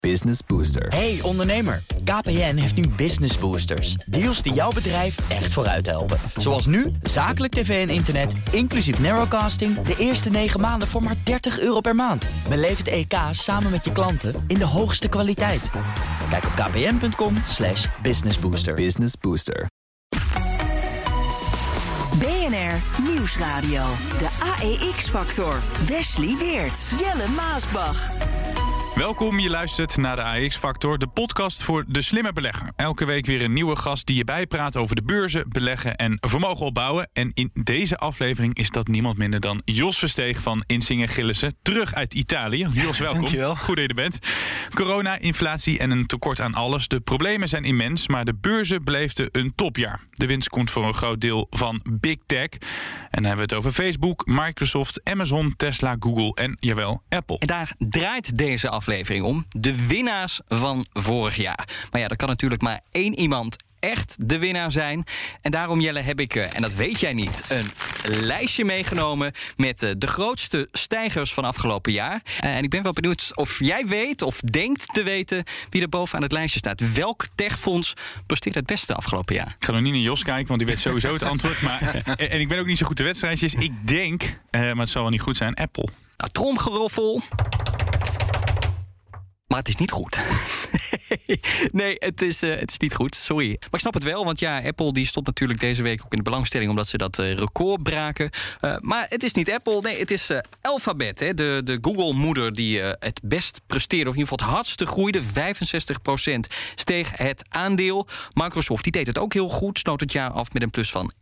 Business Booster. Hey ondernemer, KPN heeft nu Business Boosters. Deals die jouw bedrijf echt vooruit helpen. Zoals nu, zakelijk tv en internet, inclusief narrowcasting... de eerste 9 maanden voor maar €30 per maand. Beleef het EK samen met je klanten in de hoogste kwaliteit. Kijk op kpn.com/businessbooster. Business Booster. BNR Nieuwsradio. De AEX-factor. Wesley Weerts. Jelle Maasbach. Welkom, je luistert naar de AEX-factor, de podcast voor de slimme belegger. Elke week weer een nieuwe gast die je bijpraat over de beurzen, beleggen en vermogen opbouwen. En in deze aflevering is dat niemand minder dan Jos Versteeg van Insinger Gillissen, terug uit Italië. Jos, welkom. Dankjewel. Goed dat je er bent. Corona, inflatie en een tekort aan alles. De problemen zijn immens, maar de beurzen beleefden een topjaar. De winst komt voor een groot deel van Big Tech. En dan hebben we het over Facebook, Microsoft, Amazon, Tesla, Google en, jawel, Apple. En daar draait deze aflevering om. De winnaars van vorig jaar. Maar ja, er kan natuurlijk maar één iemand echt de winnaar zijn. En daarom, Jelle, heb ik, en dat weet jij niet, een lijstje meegenomen met de grootste stijgers van afgelopen jaar. En ik ben wel benieuwd of jij weet of denkt te weten wie er bovenaan het lijstje staat. Welk techfonds presteert het beste afgelopen jaar? Ik ga nog niet naar Jos kijken, want die weet sowieso het antwoord. Maar, en ik ben ook niet zo goed de wedstrijdjes. Ik denk, maar het zal wel niet goed zijn, Apple. Nou, tromgeroffel. Maar het is niet goed. Nee, het is niet goed, sorry. Maar ik snap het wel, want ja, Apple die stond natuurlijk deze week ook in de belangstelling omdat ze dat record braken. Maar het is niet Apple, nee, het is Alphabet, hè, de Google-moeder die het best presteerde, of in ieder geval het hardste groeide. 65% steeg het aandeel. Microsoft die deed het ook heel goed, sloot het jaar af met een plus van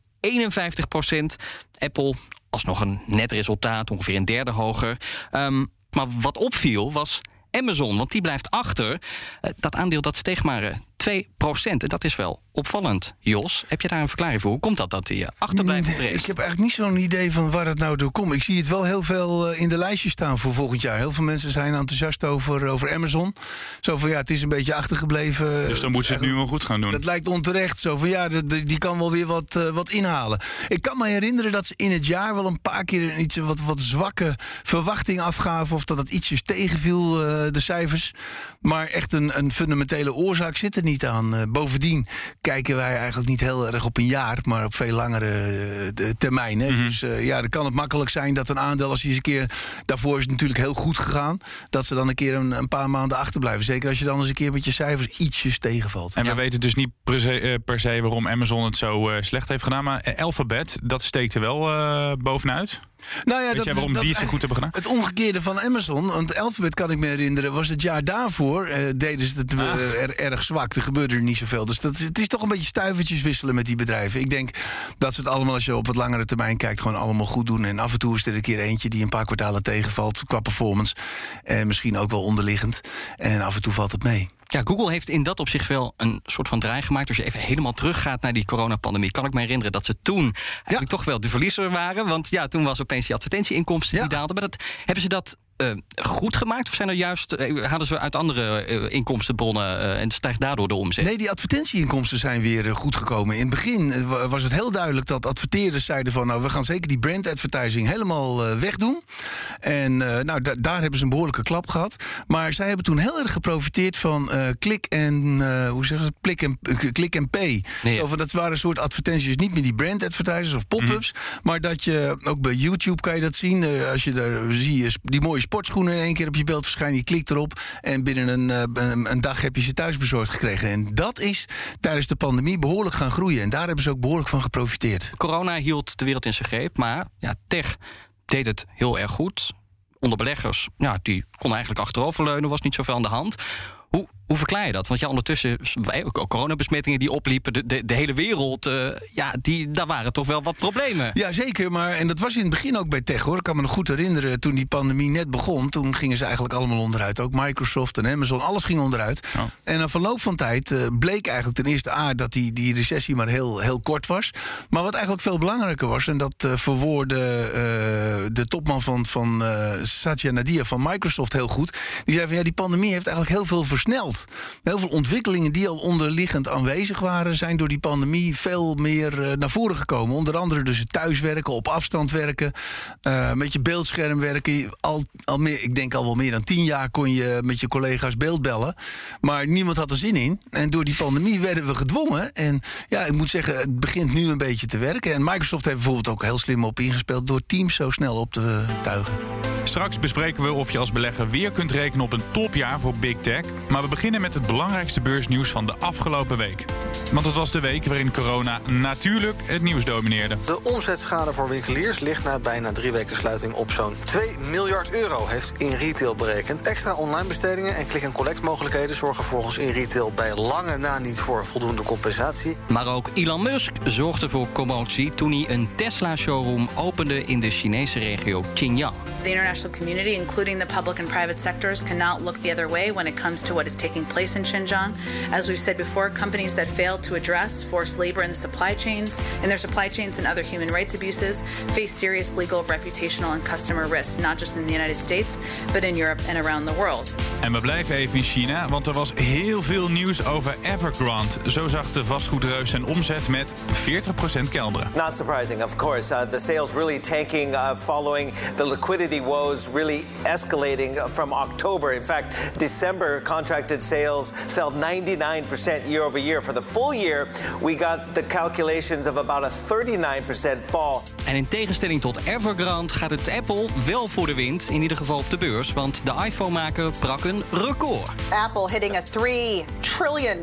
51%. Apple alsnog een net resultaat, ongeveer een derde hoger. Maar wat opviel was Amazon, want die blijft achter. Dat aandeel dat steeg maar 2%. En dat is wel opvallend. Jos, heb je daar een verklaring voor? Hoe komt dat die achterblijft op de race? Ik heb eigenlijk niet zo'n idee van waar het nou door komt. Ik zie het wel heel veel in de lijstjes staan voor volgend jaar. Heel veel mensen zijn enthousiast over Amazon. Zo van, ja, het is een beetje achtergebleven. Dus dan moeten ze het nu wel goed gaan doen. Dat lijkt onterecht. Zo van, ja, die kan wel weer wat inhalen. Ik kan me herinneren dat ze in het jaar wel een paar keer een iets wat zwakke verwachting afgaven. Of dat het ietsjes tegenviel, de cijfers. Maar echt een fundamentele oorzaak zit er niet aan. Bovendien kijken wij eigenlijk niet heel erg op een jaar, maar op veel langere termijn. Hè? Mm-hmm. Dus ja, dan kan het makkelijk zijn dat een aandeel, als je eens een keer, daarvoor is het natuurlijk heel goed gegaan, dat ze dan een keer een paar maanden achterblijven. Zeker als je dan eens een keer met je cijfers ietsjes tegenvalt. En we weten dus niet per se waarom Amazon het zo slecht heeft gedaan, maar Alphabet, dat steekt er wel bovenuit. Nou ja, weet jij waarom die het zo goed hebben gedaan? Het omgekeerde van Amazon, want Alphabet, kan ik me herinneren, was het jaar daarvoor deden ze het erg zwak. Er gebeurde er niet zoveel. Dus het is toch een beetje stuivertjes wisselen met die bedrijven. Ik denk dat ze het allemaal, als je op wat langere termijn kijkt, gewoon allemaal goed doen. En af en toe is er een keer eentje die een paar kwartalen tegenvalt qua performance. En misschien ook wel onderliggend. En af en toe valt het mee. Ja, Google heeft in dat opzicht wel een soort van draai gemaakt. Als je even helemaal teruggaat naar die coronapandemie, kan ik me herinneren dat ze toen eigenlijk toch wel de verliezer waren. Want ja, toen was opeens die advertentieinkomsten die daalden. Maar hebben ze dat goed gemaakt? Of zijn er juist, hadden ze uit andere inkomstenbronnen en stijgt daardoor de omzet? Nee, die advertentieinkomsten zijn weer goed gekomen. In het begin was het heel duidelijk dat adverteerders zeiden van, nou, we gaan zeker die brand advertising helemaal wegdoen. En daar hebben ze een behoorlijke klap gehad. Maar zij hebben toen heel erg geprofiteerd van click and pay. Nee. Zo van, dat waren een soort advertenties, niet meer die brand advertisers of pop-ups, maar dat je ook bij YouTube kan je dat zien. Als je daar zie je die mooie sportschoenen in één keer op je beeld verschijnen, je klikt erop en binnen een dag heb je ze thuis bezorgd gekregen. En dat is tijdens de pandemie behoorlijk gaan groeien. En daar hebben ze ook behoorlijk van geprofiteerd. Corona hield de wereld in zijn greep, maar ja, tech deed het heel erg goed. Onder beleggers, ja, die konden eigenlijk achteroverleunen, was niet zoveel aan de hand. Hoe verklaar je dat? Want ja, ondertussen, coronabesmettingen die opliepen, de hele wereld, daar waren toch wel wat problemen. Ja, zeker. En dat was in het begin ook bij tech, hoor. Ik kan me nog goed herinneren, toen die pandemie net begon, toen gingen ze eigenlijk allemaal onderuit. Ook Microsoft en Amazon, alles ging onderuit. Oh. En na verloop van tijd bleek eigenlijk ten eerste dat die recessie maar heel, heel kort was. Maar wat eigenlijk veel belangrijker was, en dat verwoordde de topman van Satya Nadia van Microsoft heel goed. Die zei van, ja, die pandemie heeft eigenlijk heel veel versneld. Heel veel ontwikkelingen die al onderliggend aanwezig waren, zijn door die pandemie veel meer naar voren gekomen. Onder andere dus het thuiswerken, op afstand werken, met je beeldscherm werken. Ik denk al wel meer dan 10 jaar kon je met je collega's beeldbellen. Maar niemand had er zin in. En door die pandemie werden we gedwongen. En ja, ik moet zeggen, het begint nu een beetje te werken. En Microsoft heeft bijvoorbeeld ook heel slim op ingespeeld door Teams zo snel op te tuigen. Straks bespreken we of je als belegger weer kunt rekenen op een topjaar voor Big Tech. Maar we beginnen met het belangrijkste beursnieuws van de afgelopen week. Want het was de week waarin corona natuurlijk het nieuws domineerde. De omzetschade voor winkeliers ligt na bijna 3 weken sluiting op zo'n 2 miljard euro, heeft InRetail berekend. Extra online bestedingen en click-and-collect mogelijkheden zorgen volgens InRetail bij lange na niet voor voldoende compensatie. Maar ook Elon Musk zorgde voor commotie toen hij een Tesla-showroom opende in de Chinese regio Xinjiang. The international community, including the public and private sectors, cannot look the other way when it comes to what is taking place in Xinjiang. As we've said before, companies that fail to address forced labor in their supply chains and other human rights abuses face serious legal, reputational and customer risks, not just in the United States, but in Europe and around the world. En we blijven even in China, want er was heel veel nieuws over Evergrande. Zo zag de vastgoedreus zijn omzet met 40% kelderen. Not surprising, of course. The sales really tanking following the liquidity woes really escalating from October. In fact, December contracted sales fell 99% year over year. For the full year, we got the calculations of about a 39% fall. En in tegenstelling tot Evergrande gaat het Apple wel voor de wind, in ieder geval op de beurs, want de iPhone-maker brak een record. Apple hitting a $3 trillion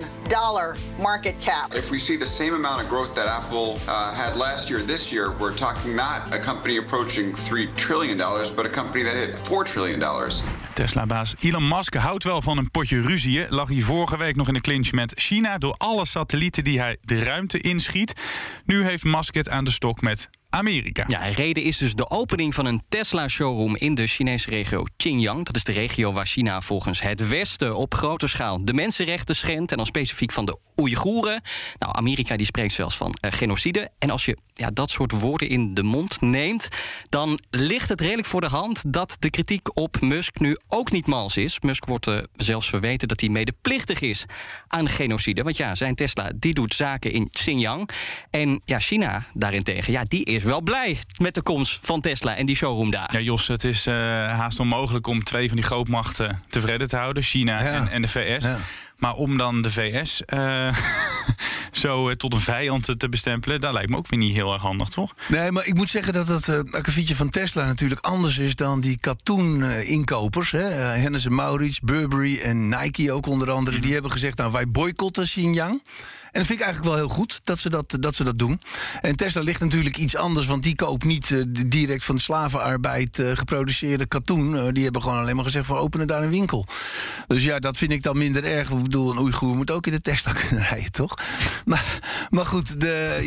market cap. If we see the same amount of growth that Apple had last year, this year, we're talking not a company approaching $3 trillion, but a company that hit $4 trillion. Tesla-baas Elon Musk houdt wel van een potje ruzieën. Lag hij vorige week nog in de clinch met China door alle satellieten die hij de ruimte inschiet. Nu heeft Musk het aan de stok met Amerika. Ja, reden is dus de opening van een Tesla-showroom in de Chinese regio Xinjiang. Dat is de regio waar China volgens het Westen op grote schaal de mensenrechten schendt, en dan specifiek van de Oeigoeren. Nou, Amerika die spreekt zelfs van genocide. En als je dat soort woorden in de mond neemt, dan ligt het redelijk voor de hand dat de kritiek op Musk nu ook niet mals is. Musk wordt zelfs verweten dat hij medeplichtig is aan genocide. Want ja, zijn Tesla die doet zaken in Xinjiang. En ja, China daarentegen, die is wel blij met de komst van Tesla en die showroom daar. Ja, Jos, het is haast onmogelijk om 2 van die grootmachten tevreden te houden. China en de VS. Ja. Maar om dan de VS zo tot een vijand te bestempelen, dat lijkt me ook weer niet heel erg handig, toch? Nee, maar ik moet zeggen dat het akkefietje van Tesla natuurlijk anders is dan die katoen-inkopers. Hennes & Mauritz, Burberry en Nike ook onder andere. Die hebben gezegd, nou, wij boycotten Xinjiang. En dat vind ik eigenlijk wel heel goed dat ze dat doen. En Tesla ligt natuurlijk iets anders, want die koopt niet direct van slavenarbeid geproduceerde katoen. Die hebben gewoon alleen maar gezegd van openen daar een winkel. Dus ja, dat vind ik dan minder erg. Ik bedoel, een Oeigoer moet ook in de Tesla kunnen rijden, toch? Maar goed,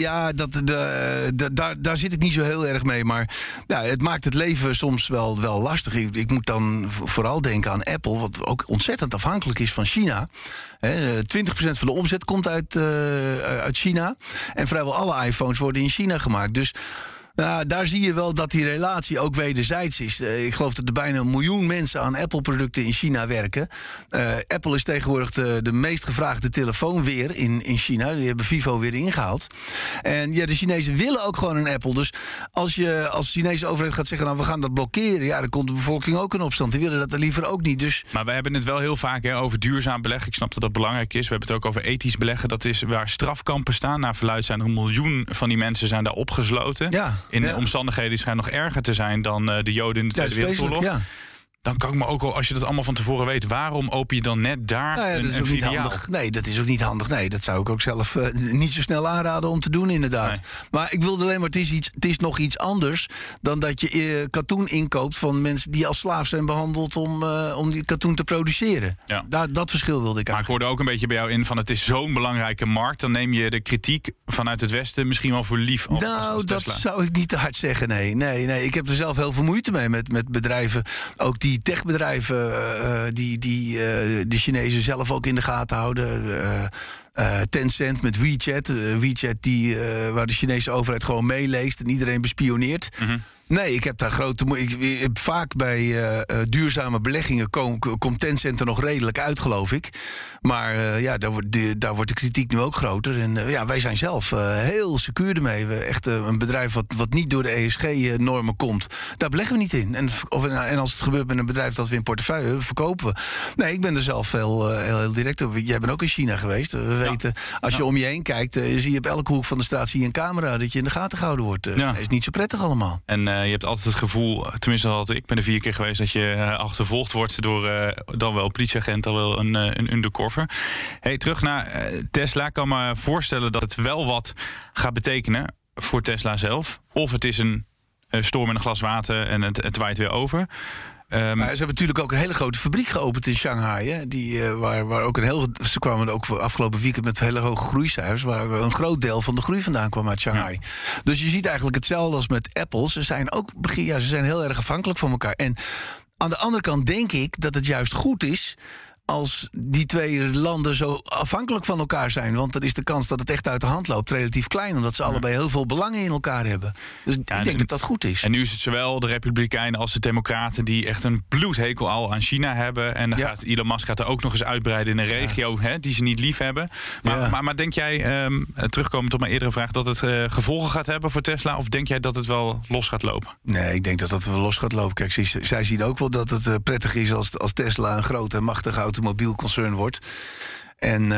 daar zit ik niet zo heel erg mee. Maar ja, het maakt het leven soms wel lastig. Ik moet dan vooral denken aan Apple, wat ook ontzettend afhankelijk is van China. 20% van de omzet komt uit China. En vrijwel alle iPhones worden in China gemaakt. Dus daar zie je wel dat die relatie ook wederzijds is. Ik geloof dat er bijna 1 miljoen mensen aan Apple-producten in China werken. Apple is tegenwoordig de meest gevraagde telefoon weer in China. Die hebben Vivo weer ingehaald. En ja, de Chinezen willen ook gewoon een Apple. Dus als je als Chinese overheid gaat zeggen, nou, we gaan dat blokkeren, ja, dan komt de bevolking ook in opstand. Die willen dat er liever ook niet. Dus maar wij hebben het wel heel vaak over duurzaam beleggen. Ik snap dat dat belangrijk is. We hebben het ook over ethisch beleggen. Dat is waar strafkampen staan. Naar verluidt zijn er 1 miljoen van die mensen zijn daar opgesloten. Ja. In de omstandigheden die schijnen nog erger te zijn dan de Joden in de Tweede Wereldoorlog. Ja. Dan kan ik me ook al, als je dat allemaal van tevoren weet, waarom open je dan net daar dat is ook niet handig. Nee, dat is ook niet handig. Nee, dat zou ik ook zelf niet zo snel aanraden om te doen, inderdaad. Nee. Maar ik wilde alleen maar, het is nog iets anders dan dat je katoen inkoopt van mensen die als slaaf zijn behandeld om die katoen te produceren. Ja. Dat verschil wilde ik eigenlijk. Maar ik hoorde ook een beetje bij jou in van het is zo'n belangrijke markt. Dan neem je de kritiek vanuit het Westen misschien wel voor lief. Als dat zou ik niet te hard zeggen, nee. Ik heb er zelf heel veel moeite mee met bedrijven. Ook die techbedrijven die de Chinezen zelf ook in de gaten houden. Tencent met WeChat. WeChat waar de Chinese overheid gewoon meeleest en iedereen bespioneert. Mm-hmm. Nee, ik heb daar vaak bij duurzame beleggingen komt Tencent er nog redelijk uit, geloof ik. Maar daar wordt de kritiek nu ook groter. En wij zijn zelf heel secuur ermee. Echt een bedrijf wat niet door de ESG-normen komt, daar beleggen we niet in. En als het gebeurt met een bedrijf dat we in portefeuille hebben, verkopen we. Nee, ik ben er zelf heel direct op. Jij bent ook in China geweest. We weten, als je om je heen kijkt, zie je op elke hoek van de straat zie je een camera dat je in de gaten gehouden wordt. Dat is niet zo prettig allemaal. En je hebt altijd het gevoel, tenminste ik ben er 4 keer geweest, dat je achtervolgd wordt door dan wel een politieagent, dan wel een undercover. Hey, terug naar Tesla. Ik kan me voorstellen dat het wel wat gaat betekenen voor Tesla zelf. Of het is een storm in een glas water en het waait weer over. Maar ze hebben natuurlijk ook een hele grote fabriek geopend in Shanghai. Hè? Waar ook ze kwamen ook afgelopen weekend met hele hoge groeicijfers, waar een groot deel van de groei vandaan kwam uit Shanghai. Ja. Dus je ziet eigenlijk hetzelfde als met Apple. Ze zijn heel erg afhankelijk van elkaar. En aan de andere kant denk ik dat het juist goed is als die twee landen zo afhankelijk van elkaar zijn. Want dan is de kans dat het echt uit de hand loopt relatief klein, omdat ze allebei heel veel belangen in elkaar hebben. Dus ik denk dat dat goed is. En nu is het zowel de Republikeinen als de Democraten die echt een bloedhekel al aan China hebben. En dan gaat Elon Musk er ook nog eens uitbreiden in een regio die ze niet lief hebben. Maar denk jij, terugkomend op mijn eerdere vraag, dat het gevolgen gaat hebben voor Tesla? Of denk jij dat het wel los gaat lopen? Nee, ik denk dat het wel los gaat lopen. Kijk, zij zien ook wel dat het prettig is als Tesla een grote en machtige automobiel concern wordt. En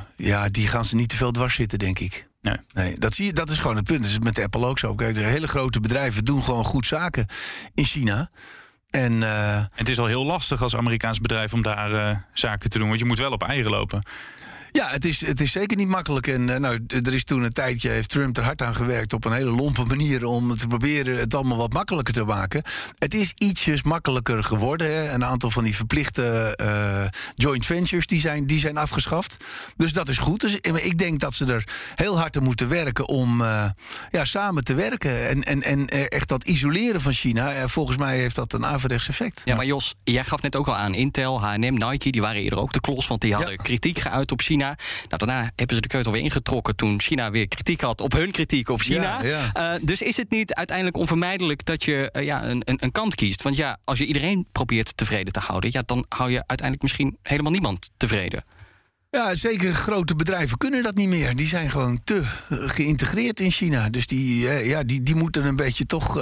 die gaan ze niet te veel dwars zitten, denk ik. Nee, dat is gewoon het punt. Dat is met Apple ook zo. Kijk, de hele grote bedrijven doen gewoon goed zaken in China. En het is al heel lastig als Amerikaans bedrijf om daar zaken te doen. Want je moet wel op eieren lopen. Ja, het is zeker niet makkelijk. En er is toen een tijdje, heeft Trump er hard aan gewerkt op een hele lompe manier om te proberen het allemaal wat makkelijker te maken. Het is ietsjes makkelijker geworden. Hè. Een aantal van die verplichte joint ventures die zijn afgeschaft. Dus dat is goed. Dus ik denk dat ze er heel hard aan moeten werken om samen te werken. En echt dat isoleren van China, volgens mij heeft dat een averechts effect. Ja, maar Jos, jij gaf net ook al aan Intel, H&M, Nike, die waren eerder ook de klos, want die hadden kritiek geuit op China. Daarna hebben ze de keutel weer ingetrokken toen China weer kritiek had op hun kritiek op China. Dus is het niet uiteindelijk onvermijdelijk dat je een kant kiest? Want als je iedereen probeert tevreden te houden, dan hou je uiteindelijk misschien helemaal niemand tevreden. Ja, zeker grote bedrijven kunnen dat niet meer. Die zijn gewoon te geïntegreerd in China. Dus die moeten een beetje toch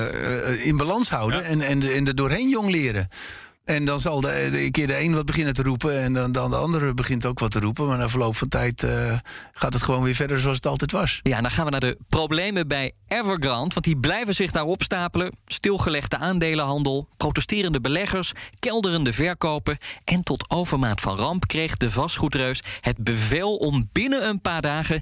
in balans houden en er doorheen jong leren. En dan zal de een wat beginnen te roepen en dan de andere begint ook wat te roepen. Maar na verloop van tijd gaat het gewoon weer verder zoals het altijd was. Ja, dan gaan we naar de problemen bij Evergrande. Want die blijven zich daar opstapelen. Stilgelegde aandelenhandel, protesterende beleggers, kelderende verkopen. En tot overmaat van ramp kreeg de vastgoedreus het bevel om binnen een paar dagen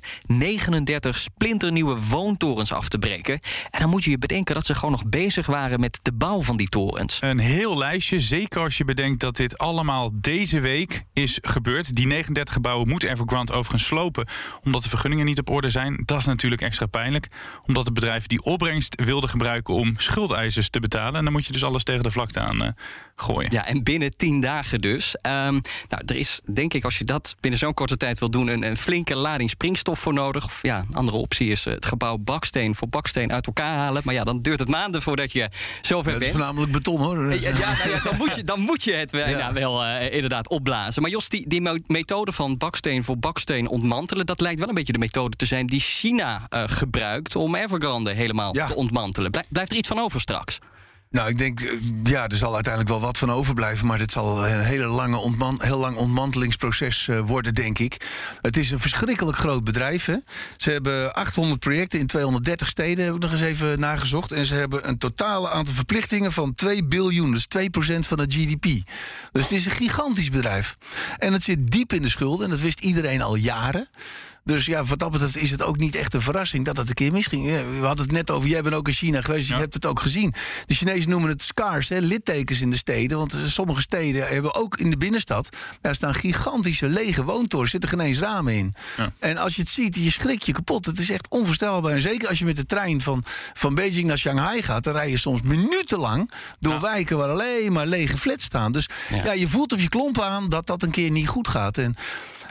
39 splinternieuwe woontorens af te breken. En dan moet je je bedenken dat ze gewoon nog bezig waren met de bouw van die torens. Een heel lijstje, zeker als je bedenkt dat dit allemaal deze week is gebeurd. Die 39 gebouwen moet Evergrande overigens slopen, omdat de vergunningen niet op orde zijn. Dat is natuurlijk extra pijnlijk, omdat het bedrijf die opbrengst wilde gebruiken om schuldeisers te betalen. En dan moet je dus alles tegen de vlakte aan gooien. Ja, en binnen 10 dagen dus. Er is, denk ik, als je dat binnen zo'n korte tijd wil doen, een flinke lading springstof voor nodig. Of een andere optie is het gebouw baksteen voor baksteen uit elkaar halen. Maar dan duurt het maanden voordat je zover bent. Dat is voornamelijk beton, hoor. Dan moet je het wel inderdaad opblazen. Maar Jos, die methode van baksteen voor baksteen ontmantelen, dat lijkt wel een beetje de methode te zijn die China gebruikt om Evergrande helemaal te ontmantelen. Blijft er iets van over straks? Nou, ik denk, er zal uiteindelijk wel wat van overblijven, maar dit zal een heel lang ontmantelingsproces worden, denk ik. Het is een verschrikkelijk groot bedrijf. Hè? Ze hebben 800 projecten in 230 steden, heb ik nog eens even nagezocht. En ze hebben een totale aantal verplichtingen van 2 biljoen, dus 2% van het GDP. Dus het is een gigantisch bedrijf. En het zit diep in de schulden, en dat wist iedereen al jaren. Dus wat dat betreft is het ook niet echt een verrassing dat het een keer misging. Ja, we hadden het net over, jij bent ook in China geweest, dus je hebt het ook gezien. De Chinezen noemen het scars, littekens in de steden. Want sommige steden hebben ook in de binnenstad, daar staan gigantische lege woontorens, zitten geen eens ramen in. Ja. En als je het ziet, je schrikt je kapot. Het is echt onvoorstelbaar. En zeker als je met de trein van Beijing naar Shanghai gaat, dan rij je soms minutenlang door wijken waar alleen maar lege flats staan. Dus je voelt op je klompen aan dat dat een keer niet goed gaat. En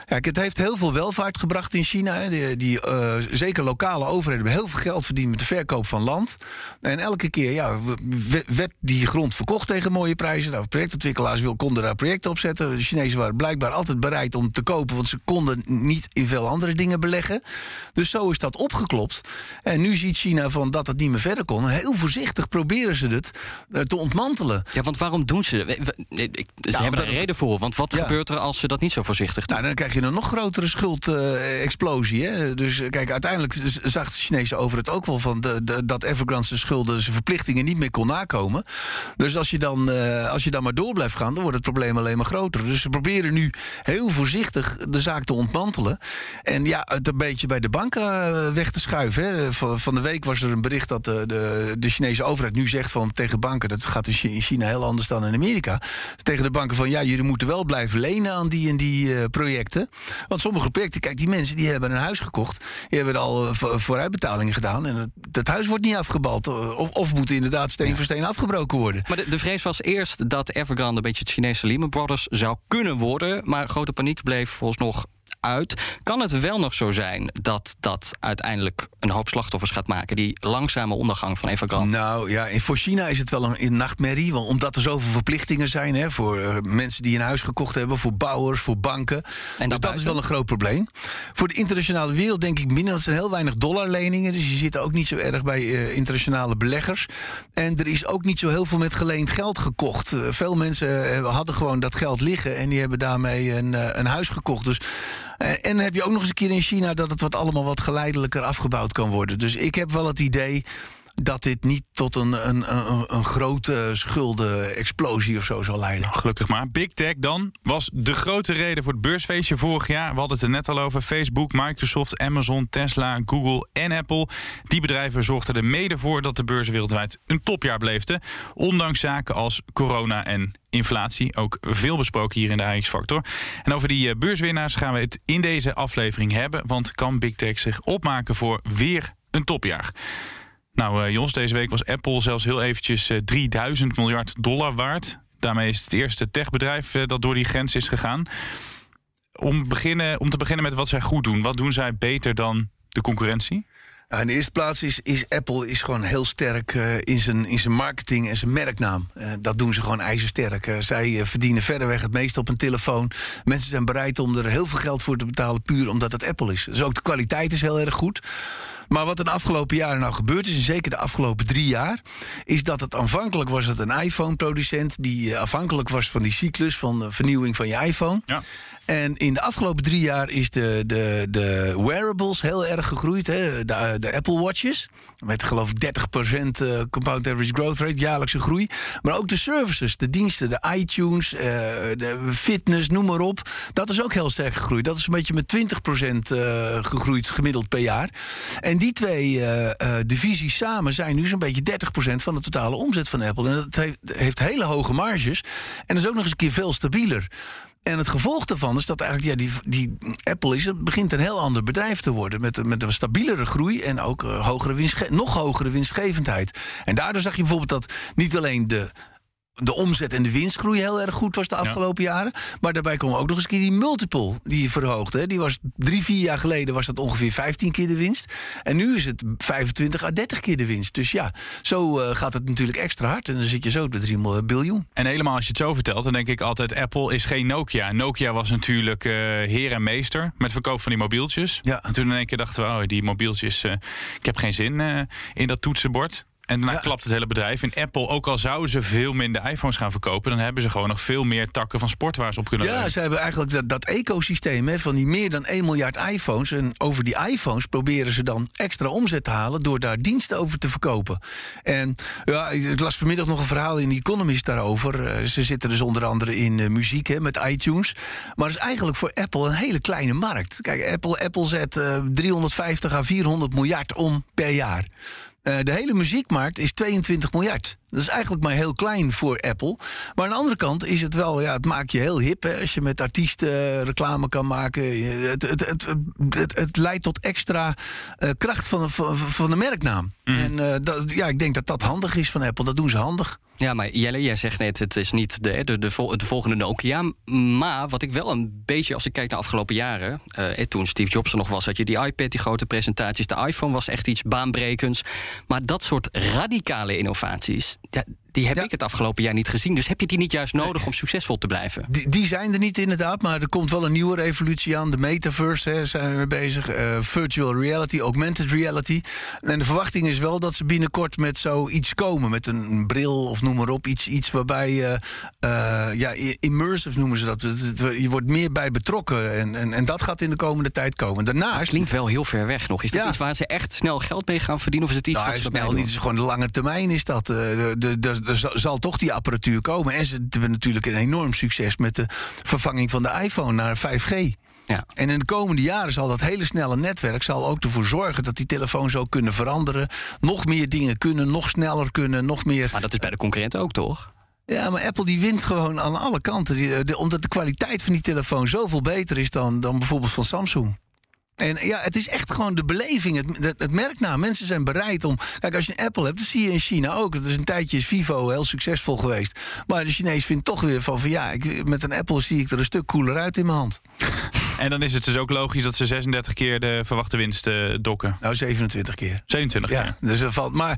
Kijk, het heeft heel veel welvaart gebracht in China. Hè. Zeker lokale overheden hebben heel veel geld verdiend met de verkoop van land. En elke keer werd die grond verkocht tegen mooie prijzen. Nou, projectontwikkelaars konden daar projecten op zetten. De Chinezen waren blijkbaar altijd bereid om te kopen, want ze konden niet in veel andere dingen beleggen. Dus zo is dat opgeklopt. En nu ziet China van dat het niet meer verder kon. En heel voorzichtig proberen ze het te ontmantelen. Ja, want waarom doen ze dat? Ze hebben er een reden voor. Want wat gebeurt er als ze dat niet zo voorzichtig doen? Nou, dan krijg je een nog grotere schuldexplosie. Dus kijk, uiteindelijk zag de Chinese over het ook wel van dat Evergrande zijn schulden, zijn verplichtingen niet meer kon nakomen. Dus als je dan maar door blijft gaan, dan wordt het probleem alleen maar groter. Dus ze proberen nu heel voorzichtig de zaak te ontmantelen. En het een beetje bij de banken weg te schuiven. Hè. Van de week was er een bericht dat de Chinese overheid nu zegt van tegen banken, dat gaat in China heel anders dan in Amerika, tegen de banken van jullie moeten wel blijven lenen aan die en die projecten. Want sommige projecten, kijk, die mensen die hebben een huis gekocht, die hebben al vooruitbetalingen gedaan en het huis wordt niet afgebald. Of moet inderdaad steen voor steen afgebroken worden. Maar de vrees was eerst dat Evergrande een beetje het Chinese Lehman Brothers zou kunnen worden, maar grote paniek bleef volgens nog uit. Kan het wel nog zo zijn dat uiteindelijk een hoop slachtoffers gaat maken, die langzame ondergang van Evergrande? Nou ja, voor China is het wel een nachtmerrie, want omdat er zoveel verplichtingen zijn, hè, voor mensen die een huis gekocht hebben, voor bouwers, voor banken. En dus dat is wel een groot probleem. Voor de internationale wereld denk ik minder, dat zijn heel weinig dollarleningen, dus je zit ook niet zo erg bij internationale beleggers. En er is ook niet zo heel veel met geleend geld gekocht. Veel mensen hadden gewoon dat geld liggen en die hebben daarmee een huis gekocht. Dus en dan heb je ook nog eens een keer in China dat het allemaal wat geleidelijker afgebouwd kan worden. Dus ik heb wel het idee dat dit niet tot een grote schuldenexplosie of zo zal leiden. Gelukkig maar. Big Tech dan was de grote reden voor het beursfeestje vorig jaar. We hadden het er net al over. Facebook, Microsoft, Amazon, Tesla, Google en Apple. Die bedrijven zorgden er mede voor dat de beurzen wereldwijd een topjaar beleefden. Ondanks zaken als corona en inflatie. Ook veel besproken hier in de AX-factor. En over die beurswinnaars gaan we het in deze aflevering hebben. Want kan Big Tech zich opmaken voor weer een topjaar? Nou, Jos, deze week was Apple zelfs heel eventjes $3000 miljard waard. Daarmee is het eerste techbedrijf dat door die grens is gegaan. Om te beginnen met wat zij goed doen. Wat doen zij beter dan de concurrentie? In de eerste plaats is Apple gewoon heel sterk in zijn marketing en zijn merknaam. Dat doen ze gewoon ijzersterk. Zij verdienen verreweg het meeste op een telefoon. Mensen zijn bereid om er heel veel geld voor te betalen puur omdat het Apple is. Dus ook de kwaliteit is heel erg goed. Maar wat er de afgelopen jaren nou gebeurd is, en zeker de afgelopen 3 jaar, is dat het aanvankelijk was het een iPhone-producent die afhankelijk was van die cyclus van de vernieuwing van je iPhone. Ja. En in de afgelopen 3 jaar is de wearables heel erg gegroeid. Hè? De Apple Watches, met geloof ik 30% compound average growth rate, jaarlijkse groei. Maar ook de services, de diensten, de iTunes, de fitness, noem maar op. Dat is ook heel sterk gegroeid. Dat is een beetje met 20% gegroeid gemiddeld per jaar. En die twee divisies samen zijn nu zo'n beetje 30% van de totale omzet van Apple. En dat heeft hele hoge marges. En dat is ook nog eens een keer veel stabieler. En het gevolg daarvan is dat eigenlijk die Apple begint een heel ander bedrijf te worden. Met een stabielere groei en ook nog hogere winstgevendheid. En daardoor zag je bijvoorbeeld dat niet alleen de omzet en de winstgroei heel erg goed was de afgelopen jaren. Maar daarbij kwam ook nog eens een keer die multiple die je verhoogde. Die was 3-4 jaar geleden was dat ongeveer 15 keer de winst. En nu is het 25 à 30 keer de winst. Dus ja, zo gaat het natuurlijk extra hard. En dan zit je zo op de 3 biljoen. En helemaal als je het zo vertelt, dan denk ik altijd Apple is geen Nokia. Nokia was natuurlijk heer en meester met verkoop van die mobieltjes. Ja. En toen in één keer dachten we, die mobieltjes, ik heb geen zin in dat toetsenbord. En daarna klapt het hele bedrijf. In Apple, ook al zouden ze veel minder iPhones gaan verkopen, dan hebben ze gewoon nog veel meer takken van sportwaars op kunnen leveren. Ja, ze hebben eigenlijk dat ecosysteem van die meer dan 1 miljard iPhones. En over die iPhones proberen ze dan extra omzet te halen door daar diensten over te verkopen. En ja, ik las vanmiddag nog een verhaal in The Economist daarover. Ze zitten dus onder andere in muziek met iTunes. Maar het is eigenlijk voor Apple een hele kleine markt. Kijk, Apple zet 350 à 400 miljard om per jaar. De hele muziekmarkt is 22 miljard. Dat is eigenlijk maar heel klein voor Apple. Maar aan de andere kant is het wel, het maakt je heel hip. Hè, als je met artiesten reclame kan maken. Het leidt tot extra kracht van de merknaam. En ik denk dat dat handig is van Apple. Dat doen ze handig. Ja, maar Jelle, jij zegt net, het is niet de volgende Nokia. Maar wat ik wel een beetje, als ik kijk naar de afgelopen jaren... toen Steve Jobs er nog was, had je die iPad, die grote presentaties. De iPhone was echt iets baanbrekends. Maar dat soort radicale innovaties... die heb ik het afgelopen jaar niet gezien. Dus heb je die niet juist nodig om succesvol te blijven? Die zijn er niet inderdaad, maar er komt wel een nieuwe revolutie aan. De metaverse zijn we mee bezig. Virtual reality, augmented reality. En de verwachting is wel dat ze binnenkort met zoiets komen. Met een bril of noem maar op. Iets waarbij immersive noemen ze dat. Je wordt meer bij betrokken. En dat gaat in de komende tijd komen. Daarnaast... Het klinkt wel heel ver weg nog. Is dat iets waar ze echt snel geld mee gaan verdienen? Of is het iets wat ze snel niet? Het is gewoon de lange termijn is dat. Er zal toch die apparatuur komen. En ze hebben natuurlijk een enorm succes met de vervanging van de iPhone naar 5G. Ja. En in de komende jaren zal dat hele snelle netwerk zal ook ervoor zorgen dat die telefoon zou kunnen veranderen. Nog meer dingen kunnen, nog sneller kunnen, nog meer. Maar dat is bij de concurrenten ook, toch? Ja, maar Apple die wint gewoon aan alle kanten. Omdat de kwaliteit van die telefoon zoveel beter is dan bijvoorbeeld van Samsung. En het is echt gewoon de beleving, het merknaam. Mensen zijn bereid om... Kijk, als je een Apple hebt, dat zie je in China ook. Het is een tijdje Vivo heel succesvol geweest. Maar de Chinees vindt toch weer van met een Apple zie ik er een stuk cooler uit in mijn hand. En dan is het dus ook logisch dat ze 36 keer de verwachte winst dokken. Nou, 27 keer. 27 keer. Ja, dus maar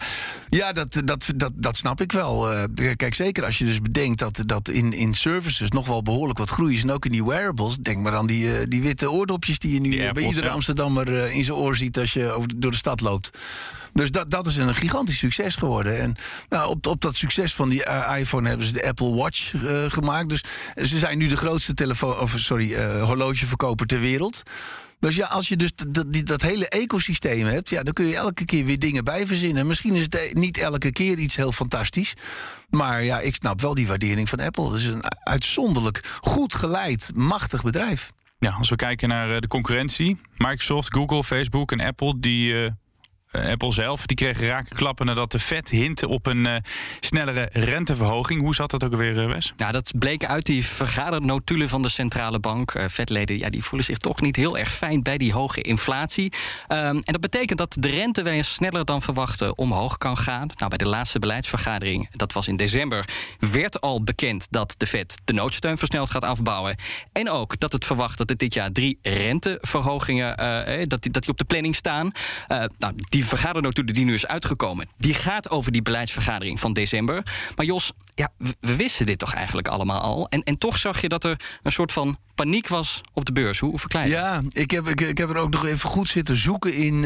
dat snap ik wel. Kijk, zeker als je dus bedenkt dat in services nog wel behoorlijk wat groei is. En ook in die wearables. Denk maar aan die witte oordopjes die je nu bij iedere Amsterdammer in zijn oor ziet als je door de stad loopt. Dus dat is een gigantisch succes geworden. En op dat succes van die iPhone hebben ze de Apple Watch gemaakt. Dus ze zijn nu de grootste horlogeverkoper ter wereld. Dus als je dus dat hele ecosysteem hebt, dan kun je elke keer weer dingen bij verzinnen. Misschien is het niet elke keer iets heel fantastisch. Maar ik snap wel die waardering van Apple. Het is een uitzonderlijk goed geleid, machtig bedrijf. Ja, als we kijken naar de concurrentie, Microsoft, Google, Facebook en Apple, Apple zelf, die kregen rake klappen nadat de Fed hintte op een snellere renteverhoging. Hoe zat dat ook alweer, Wes? Ja, dat bleek uit die vergadernotulen van de centrale bank. Fed-leden die voelen zich toch niet heel erg fijn bij die hoge inflatie. En dat betekent dat de rente weer sneller dan verwacht omhoog kan gaan. Nou, bij de laatste beleidsvergadering, dat was in december, werd al bekend dat de Fed de noodsteun versneld gaat afbouwen. En ook dat het verwacht dat er dit jaar 3 renteverhogingen dat die op de planning staan. Die vergadernotulen die nu is uitgekomen, die gaat over die beleidsvergadering van december. Maar Jos, we wisten dit toch eigenlijk allemaal al. En toch zag je dat er een soort van paniek was op de beurs. Hoe verklaar je dat? Ja, ik heb er ook nog even goed zitten zoeken in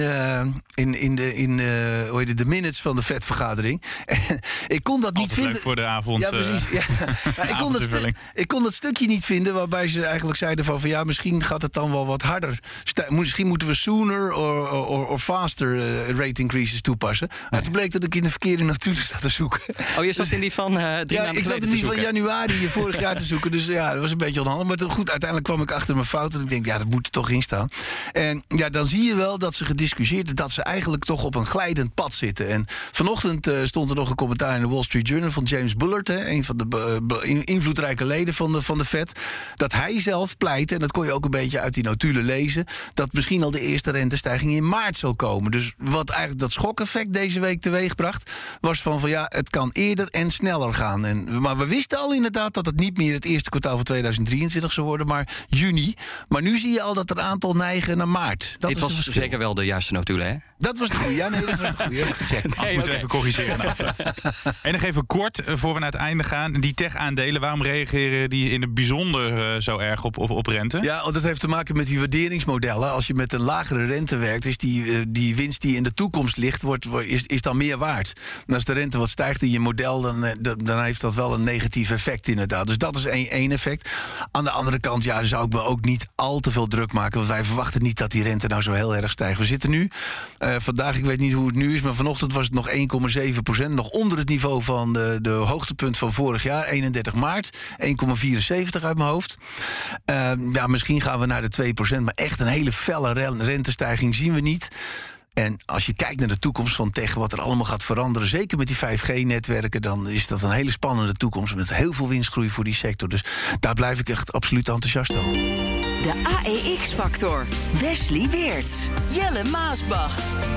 de minutes van de Fed-vergadering. Ik kon dat niet vinden. Leuk voor de avond. Ja, precies. Ik kon dat stukje niet vinden waarbij ze eigenlijk zeiden van misschien gaat het dan wel wat harder. Misschien moeten we sooner or faster rate increases toepassen. Maar toen bleek dat ik in de verkeerde notulen zat te zoeken. Oh, je zat in die van 3 maanden geleden ik zat in die van januari vorig jaar te zoeken. Dus dat was een beetje onhandig. Maar goed, uiteindelijk kwam ik achter mijn fout. En ik denk, dat moet er toch in staan. En dan zie je wel dat ze gediscussieerd hebben dat ze eigenlijk toch op een glijdend pad zitten. En vanochtend stond er nog een commentaar in de Wall Street Journal van James Bullard, een van de invloedrijke leden van de Fed, dat hij zelf pleit, en dat kon je ook een beetje uit die notulen lezen, dat misschien al de eerste rentestijging in maart zal komen. Dus wat eigenlijk dat schokeffect deze week teweegbracht, was van het kan eerder en sneller gaan. Maar we wisten al inderdaad dat het niet meer het eerste kwartaal van 2023 zou worden, maar juni. Maar nu zie je al dat er een aantal neigen naar maart. Dit was zeker wel de juiste notulen, hè? Dat was de goede. Ja, nee, dat was de goede. Heb ik gecheckt. Als moeten we even corrigeren. En nog even kort, voor we naar het einde gaan. Die tech-aandelen, waarom reageren die in het bijzonder zo erg op rente? Ja, dat heeft te maken met die waarderingsmodellen. Als je met een lagere rente werkt, is die winst die in de toekomst ligt, is dan meer waard. En als de rente wat stijgt in je model, dan heeft dat wel een negatief effect inderdaad. Dus dat is één effect. Aan de andere kant, zou ik me ook niet al te veel druk maken, want wij verwachten niet dat die rente nou zo heel erg stijgt. We zitten nu, vandaag, ik weet niet hoe het nu is, maar vanochtend was het nog 1,7%, nog onder het niveau van de hoogtepunt van vorig jaar, 31 maart, 1,74 uit mijn hoofd. Misschien gaan we naar de 2%, maar echt een hele felle rentestijging zien we niet. En als je kijkt naar de toekomst van tech, wat er allemaal gaat veranderen, zeker met die 5G-netwerken, dan is dat een hele spannende toekomst met heel veel winstgroei voor die sector. Dus daar blijf ik echt absoluut enthousiast over. De AEX-factor. Wesley Weerts. Jelle Maasbach.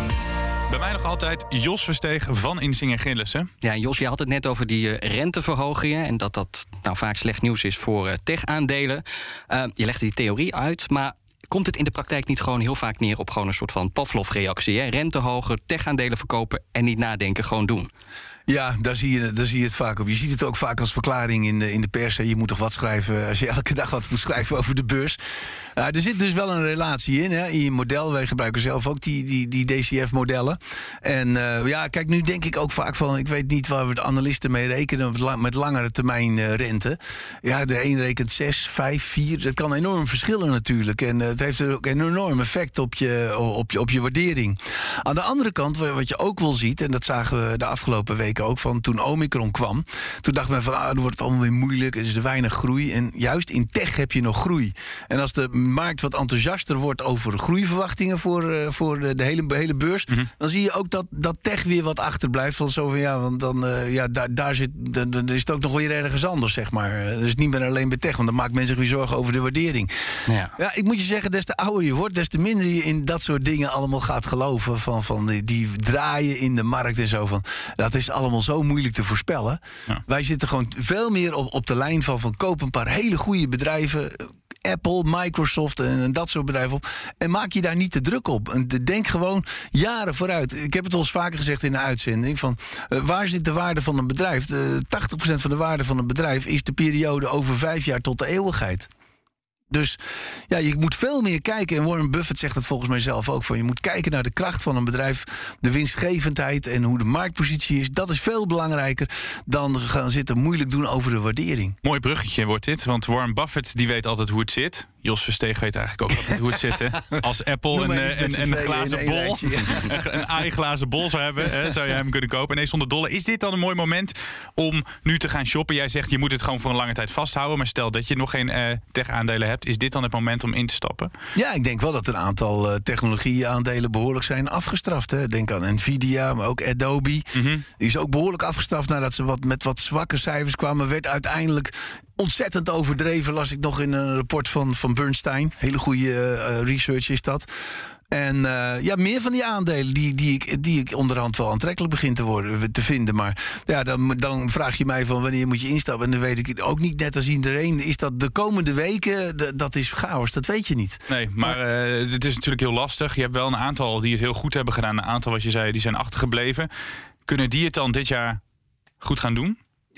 Bij mij nog altijd Jos Versteeg van Insinger Gillissen. Ja, Jos, je had het net over die renteverhogingen en dat nou vaak slecht nieuws is voor tech-aandelen. Je legde die theorie uit, maar komt het in de praktijk niet gewoon heel vaak neer op gewoon een soort van Pavlov-reactie? Hè? Rente hoger, tech-aandelen verkopen en niet nadenken, gewoon doen. Ja, daar zie je het vaak op. Je ziet het ook vaak als verklaring in de pers. Je moet toch wat schrijven als je elke dag wat moet schrijven over de beurs. Er zit dus wel een relatie in. Hè. In je model, wij gebruiken zelf ook die DCF-modellen. En kijk, nu denk ik ook vaak van, ik weet niet waar we de analisten mee rekenen met langere termijn rente. Ja, de een rekent 6, 5, 4. Dat kan enorm verschillen natuurlijk. En het heeft ook een enorm effect op je waardering. Aan de andere kant, wat je ook wel ziet, en dat zagen we de afgelopen weken ook van toen Omicron kwam. Toen dacht men van, dan wordt het allemaal weer moeilijk. Er is weinig groei. En juist in tech heb je nog groei. En als de markt wat enthousiaster wordt over groeiverwachtingen voor de hele beurs, dan zie je ook dat tech weer wat achterblijft. Van zo van, want dan daar is het ook nog weer ergens anders, zeg maar. Dus niet meer alleen bij tech, want dan maakt men zich weer zorgen over de waardering. Ja, ik moet je zeggen, des te ouder je wordt, des te minder je in dat soort dingen allemaal gaat geloven. Van die draaien in de markt en zo. Dat is allemaal zo moeilijk te voorspellen. Ja. Wij zitten gewoon veel meer op de lijn van koop een paar hele goede bedrijven, Apple, Microsoft en dat soort bedrijven op. En maak je daar niet te druk op. En denk gewoon jaren vooruit. Ik heb het al eens vaker gezegd in de uitzending. Van waar zit de waarde van een bedrijf? 80% van de waarde van een bedrijf is de periode over 5 jaar tot de eeuwigheid. Dus ja, je moet veel meer kijken. En Warren Buffett zegt dat volgens mij zelf ook. Van je moet kijken naar de kracht van een bedrijf, de winstgevendheid en hoe de marktpositie is. Dat is veel belangrijker dan gaan zitten moeilijk doen over de waardering. Mooi bruggetje wordt dit, want Warren Buffett die weet altijd hoe het zit. Jos Versteeg weet eigenlijk ook altijd hoe het zit. Hè? Als Apple een glazen bol, een AI-glazen bol zou hebben, zou je hem kunnen kopen. Nee, $100. Is dit dan een mooi moment om nu te gaan shoppen? Jij zegt, je moet het gewoon voor een lange tijd vasthouden. Maar stel dat je nog geen tech-aandelen hebt, is dit dan het moment om in te stappen? Ja, ik denk wel dat een aantal technologie-aandelen behoorlijk zijn afgestraft. Hè. Denk aan Nvidia, maar ook Adobe. Die is ook behoorlijk afgestraft nadat ze met wat zwakke cijfers kwamen. Werd uiteindelijk ontzettend overdreven, las ik nog in een rapport van Bernstein. Hele goede research is dat. En meer van die aandelen die ik onderhand wel aantrekkelijk begin te vinden. Maar ja, dan vraag je mij van wanneer moet je instappen. En dan weet ik ook niet, net als iedereen, is dat de komende weken, dat is chaos. Dat weet je niet. Nee, maar het is natuurlijk heel lastig. Je hebt wel een aantal die het heel goed hebben gedaan. Een aantal, wat je zei, die zijn achtergebleven. Kunnen die het dan dit jaar goed gaan doen?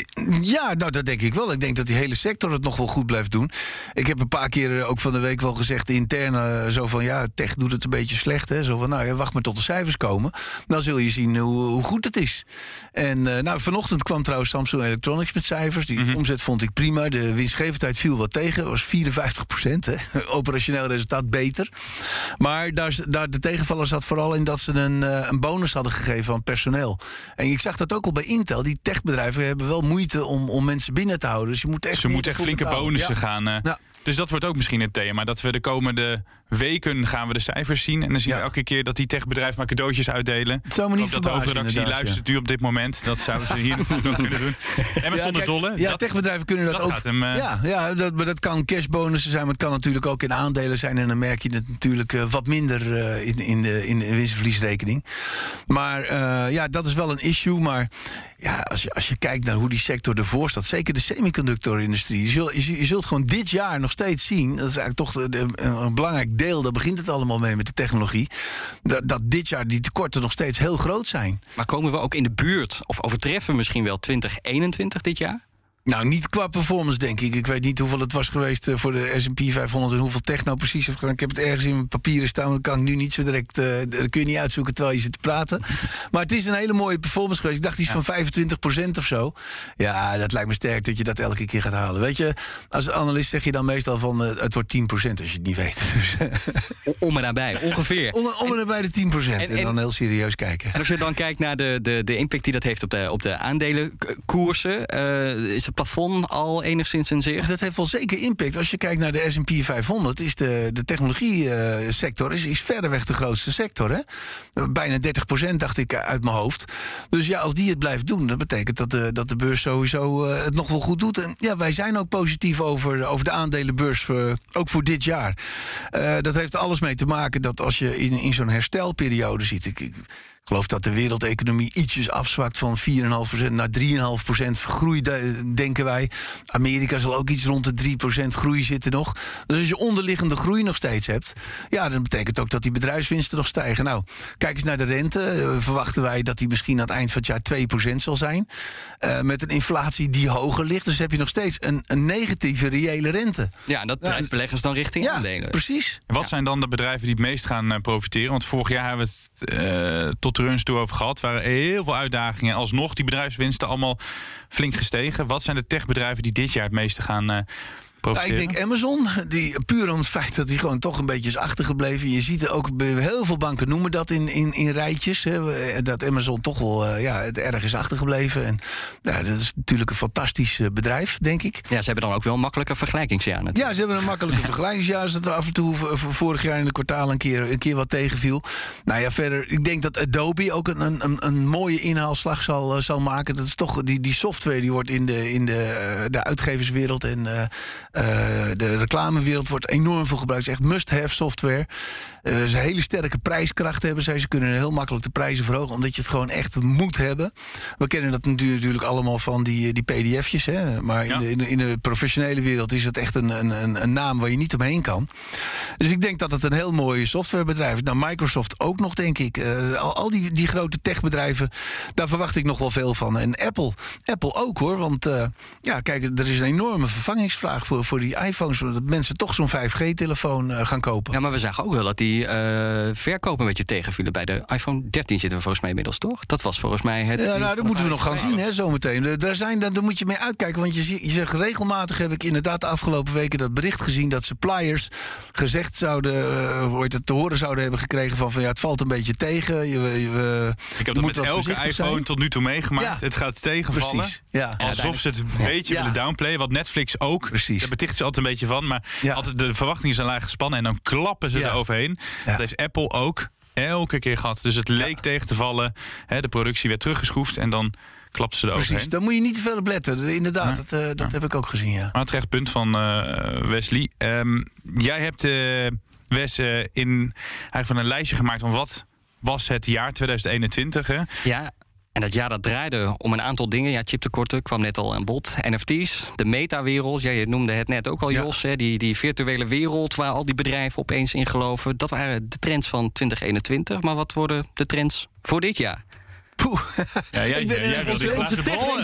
Ja, nou dat denk ik wel. Ik denk dat die hele sector het nog wel goed blijft doen. Ik heb een paar keer ook van de week wel gezegd intern zo van tech doet het een beetje slecht. Hè? Zo van wacht maar tot de cijfers komen. Dan zul je zien hoe goed het is. En vanochtend kwam trouwens Samsung Electronics met cijfers. Die omzet vond ik prima. De winstgevendheid viel wat tegen. Dat was 54%. Hè? Operationeel resultaat beter. Maar de tegenvaller zat vooral in dat ze een bonus hadden gegeven aan personeel. En ik zag dat ook al bij Intel. Die techbedrijven hebben wel moeite om mensen binnen te houden. Dus je moet echt ze moeten echt flinke bonussen gaan. Dus dat wordt ook misschien het thema. Dat we de komende weken gaan we de cijfers zien. En dan zien we elke keer dat die techbedrijven maar cadeautjes uitdelen. Het zou me niet verbazen, dat de hoofdredactie luistert nu op dit moment. Dat zouden ze hier natuurlijk nog kunnen doen. En met $100. Ja, techbedrijven kunnen dat ook. Dat kan cashbonussen zijn. Maar het kan natuurlijk ook in aandelen zijn. En dan merk je het natuurlijk wat minder in de winstverliesrekening. Maar dat is wel een issue. Maar ja, als je kijkt naar hoe die sector ervoor staat, zeker de semiconductorindustrie, je zult gewoon dit jaar nog steeds zien, dat is eigenlijk toch een belangrijk deel, daar begint het allemaal mee met de technologie, dat dit jaar die tekorten nog steeds heel groot zijn. Maar komen we ook in de buurt, of overtreffen we misschien wel 2021 dit jaar? Nou, niet qua performance, denk ik. Ik weet niet hoeveel het was geweest voor de S&P 500 en hoeveel tech nou precies heeft gedaan. Ik heb het ergens in mijn papieren staan, maar dat kan ik nu niet zo direct. Dat kun je niet uitzoeken terwijl je zit te praten. Maar het is een hele mooie performance geweest. Ik dacht iets van 25% of zo. Ja, dat lijkt me sterk dat je dat elke keer gaat halen. Weet je, als analist zeg je dan meestal van het wordt 10% als je het niet weet. Dus, om en nabij, ongeveer. Om en nabij de 10%. En dan heel serieus kijken. En als je dan kijkt naar de impact die dat heeft op de aandelenkoersen, is het plafond al enigszins in zicht? Dat heeft wel zeker impact. Als je kijkt naar de S&P 500, is de technologie-sector is verreweg de grootste sector. Hè? Bijna 30% dacht ik uit mijn hoofd. Dus ja, als die het blijft doen, dat betekent dat de beurs sowieso het nog wel goed doet. En ja, wij zijn ook positief over de aandelenbeurs, ook voor dit jaar. Dat heeft alles mee te maken dat als je in zo'n herstelperiode ziet... Ik geloof dat de wereldeconomie ietsjes afzwakt van 4,5% naar 3,5% groei, denken wij. Amerika zal ook iets rond de 3% groei zitten nog. Dus als je onderliggende groei nog steeds hebt, ja, dan betekent ook dat die bedrijfswinsten nog stijgen. Nou, kijk eens naar de rente. Verwachten wij dat die misschien aan het eind van het jaar 2% zal zijn. Met een inflatie die hoger ligt. Dus heb je nog steeds een negatieve reële rente. Ja, en dat drijft beleggers dan richting aandelen. Precies. Wat zijn dan de bedrijven die het meest gaan profiteren? Want vorig jaar hebben we het tot de runs toe over gehad. Er waren heel veel uitdagingen. Alsnog die bedrijfswinsten allemaal flink gestegen. Wat zijn de techbedrijven die dit jaar het meeste gaan profiteren? Ja, ik denk Amazon, die puur om het feit dat die gewoon toch een beetje is achtergebleven. Je ziet er ook, heel veel banken noemen dat in rijtjes. Hè, dat Amazon toch wel het erg is achtergebleven. En ja, dat is natuurlijk een fantastisch bedrijf, denk ik. Ja, ze hebben dan ook wel een makkelijke vergelijkingsjaar natuurlijk. Ja, ze hebben een makkelijke vergelijkingsjaar. Dat er af en toe vorig jaar in de kwartaal een keer wat tegenviel. Nou ja, verder, ik denk dat Adobe ook een mooie inhaalslag zal maken. Dat is toch die software die wordt in de uitgeverswereld en de reclamewereld wordt enorm veel gebruikt. Het is echt must-have software. Ze een hele sterke prijskracht hebben. Ze kunnen heel makkelijk de prijzen verhogen, omdat je het gewoon echt moet hebben. We kennen dat natuurlijk allemaal van die pdf'jes. Hè? Maar in de professionele wereld is het echt een naam waar je niet omheen kan. Dus ik denk dat het een heel mooi softwarebedrijf is. Nou, Microsoft ook nog, denk ik. Al die grote techbedrijven, daar verwacht ik nog wel veel van. En Apple ook, hoor. Want kijk, er is een enorme vervangingsvraag voor die iPhones. Dat mensen toch zo'n 5G-telefoon gaan kopen. Ja, maar we zagen ook wel dat die verkopen een beetje tegenvielen. Bij de iPhone 13 zitten we volgens mij inmiddels, toch? Dat was volgens mij het... Ja, nou, dat moeten we nog gaan zien, hè, zometeen. Daar moet je mee uitkijken. Want je zegt regelmatig, heb ik inderdaad de afgelopen weken dat bericht gezien dat suppliers gezegd te horen zouden hebben gekregen van ja, het valt een beetje tegen. Ik heb dat met elke iPhone zijn. Tot nu toe meegemaakt. Ja. Het gaat tegenvallen. Precies. Ja. Alsof ze het een beetje willen downplayen. Wat Netflix ook. Precies. Daar beticht ze altijd een beetje van. Maar altijd de verwachtingen zijn laag gespannen. En dan klappen ze er overheen. Ja. Dat heeft Apple ook elke keer gehad. Dus het leek tegen te vallen. De productie werd teruggeschroefd. En dan klapten ze er overheen. Precies, daar moet je niet te veel op letten. Inderdaad, dat heb ik ook gezien, ja. Maar terecht punt van Wesley. Jij hebt, Wes, eigenlijk van een lijstje gemaakt van wat was het jaar 2021, hè? Ja. En dat jaar dat draaide om een aantal dingen. Ja, chiptekorten kwam net al aan bod. NFT's, de metawereld. Ja, je noemde het net ook al, Jos. Hè, die virtuele wereld waar al die bedrijven opeens in geloven. Dat waren de trends van 2021. Maar wat worden de trends voor dit jaar? Poeh. Ja, jij wil onze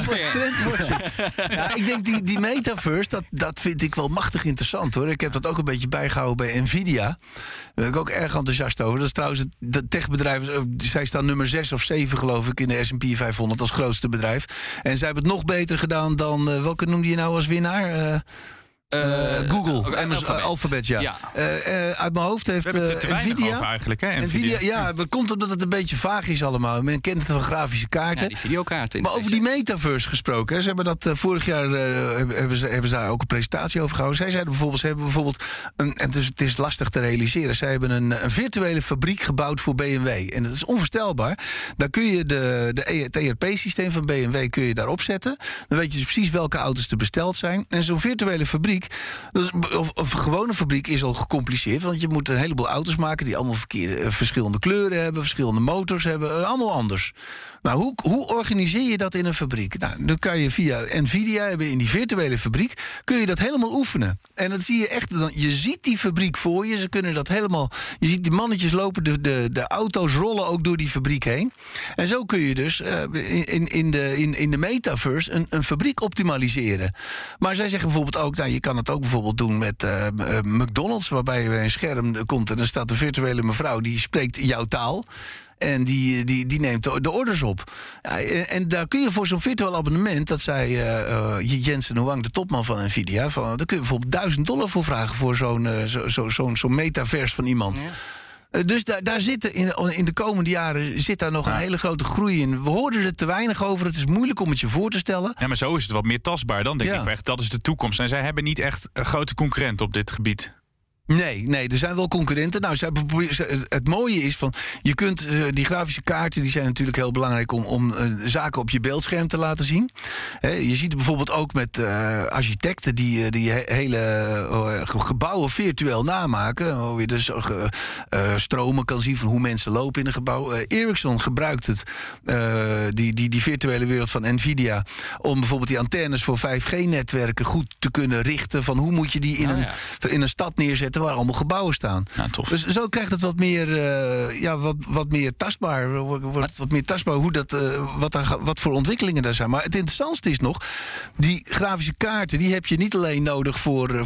Ja, ik denk die metaverse, dat vind ik wel machtig interessant, hoor. Ik heb dat ook een beetje bijgehouden bij Nvidia. Daar ben ik ook erg enthousiast over. Dat is trouwens het techbedrijf. Zij staan nummer 6 of 7, geloof ik, in de S&P 500 als grootste bedrijf. En zij hebben het nog beter gedaan dan welke noemde je nou als winnaar? Google, Alphabet, ja. Uit mijn hoofd heeft Nvidia eigenlijk, hè? Nvidia, dat komt omdat het een beetje vaag is allemaal. Men kent het van grafische kaarten. Ja, die videokaarten. Maar over die metaverse gesproken, hè, ze hebben dat vorig jaar hebben ze daar ook een presentatie over gehouden. Zij zeiden bijvoorbeeld, en het is lastig te realiseren. Zij hebben een virtuele fabriek gebouwd voor BMW. En dat is onvoorstelbaar. Daar kun je het ERP-systeem van BMW kun je daarop zetten. Dan weet je dus precies welke auto's er besteld zijn. En zo'n virtuele fabriek, of een gewone fabriek, is al gecompliceerd. Want je moet een heleboel auto's maken die allemaal verschillende kleuren hebben, verschillende motors hebben, allemaal anders. Nou, hoe organiseer je dat in een fabriek? Nou, dan kan je via Nvidia hebben in die virtuele fabriek, kun je dat helemaal oefenen. En dat zie je echt, je ziet die fabriek voor je, ze kunnen dat helemaal, je ziet die mannetjes lopen, de auto's rollen ook door die fabriek heen. En zo kun je dus in de metaverse een fabriek optimaliseren. Maar zij zeggen bijvoorbeeld ook, nou, je kan het ook bijvoorbeeld doen met McDonald's, waarbij er een scherm komt en dan staat een virtuele mevrouw die spreekt jouw taal. En die neemt de orders op. Ja, en daar kun je voor zo'n virtueel abonnement, dat zei Jensen Huang, de topman van Nvidia, daar kun je bijvoorbeeld $1000 voor vragen voor zo'n metaverse van iemand. Ja. Dus daar zit in de komende jaren zit daar nog een hele grote groei in. We hoorden er te weinig over. Het is moeilijk om het je voor te stellen. Ja, maar zo is het wat meer tastbaar. Dan denk ik echt, dat is de toekomst. En zij hebben niet echt grote concurrenten op dit gebied. Nee, er zijn wel concurrenten. Nou, het mooie is van, je kunt die grafische kaarten, die zijn natuurlijk heel belangrijk om zaken op je beeldscherm te laten zien. Je ziet het bijvoorbeeld ook met architecten die hele gebouwen virtueel namaken. Waar je dus stromen kan zien van hoe mensen lopen in een gebouw. Ericsson gebruikt het, die virtuele wereld van Nvidia, om bijvoorbeeld die antennes voor 5G-netwerken goed te kunnen richten. Van hoe moet je die in een stad neerzetten waar allemaal gebouwen staan. Ja, tof. Dus zo krijgt het wat meer, wat meer tastbaar. Wat meer tastbaar hoe dat, wat voor ontwikkelingen daar zijn. Maar het interessantste is nog, die grafische kaarten, die heb je niet alleen nodig voor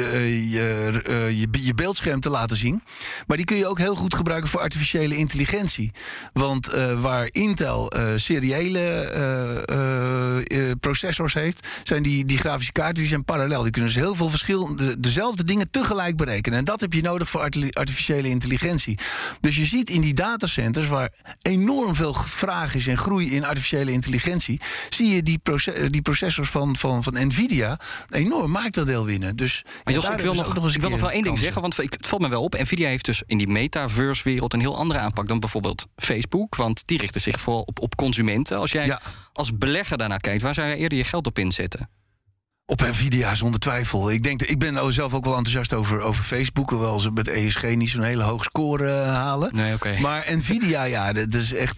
je beeldscherm te laten zien, maar die kun je ook heel goed gebruiken voor artificiële intelligentie. Want waar Intel seriële processors heeft, zijn die grafische kaarten, die zijn parallel. Die kunnen dus heel veel dezelfde dingen tegelijk berekenen. En dat heb je nodig voor artificiële intelligentie. Dus je ziet in die datacenters, waar enorm veel vraag is en groei in artificiële intelligentie, zie je die processors van Nvidia enorm marktaandeel winnen. Dus maar Jos, ik wil nog wel één ding zeggen, want het valt me wel op. Nvidia heeft dus in die metaverse-wereld een heel andere aanpak dan bijvoorbeeld Facebook. Want die richten zich vooral op consumenten. Als jij als belegger daarnaar kijkt, waar zou jij eerder je geld op inzetten? Op Nvidia, zonder twijfel. Ik ben zelf ook wel enthousiast over Facebook, hoewel ze met ESG niet zo'n hele hoge score halen. Nee, okay. Maar Nvidia, dat is echt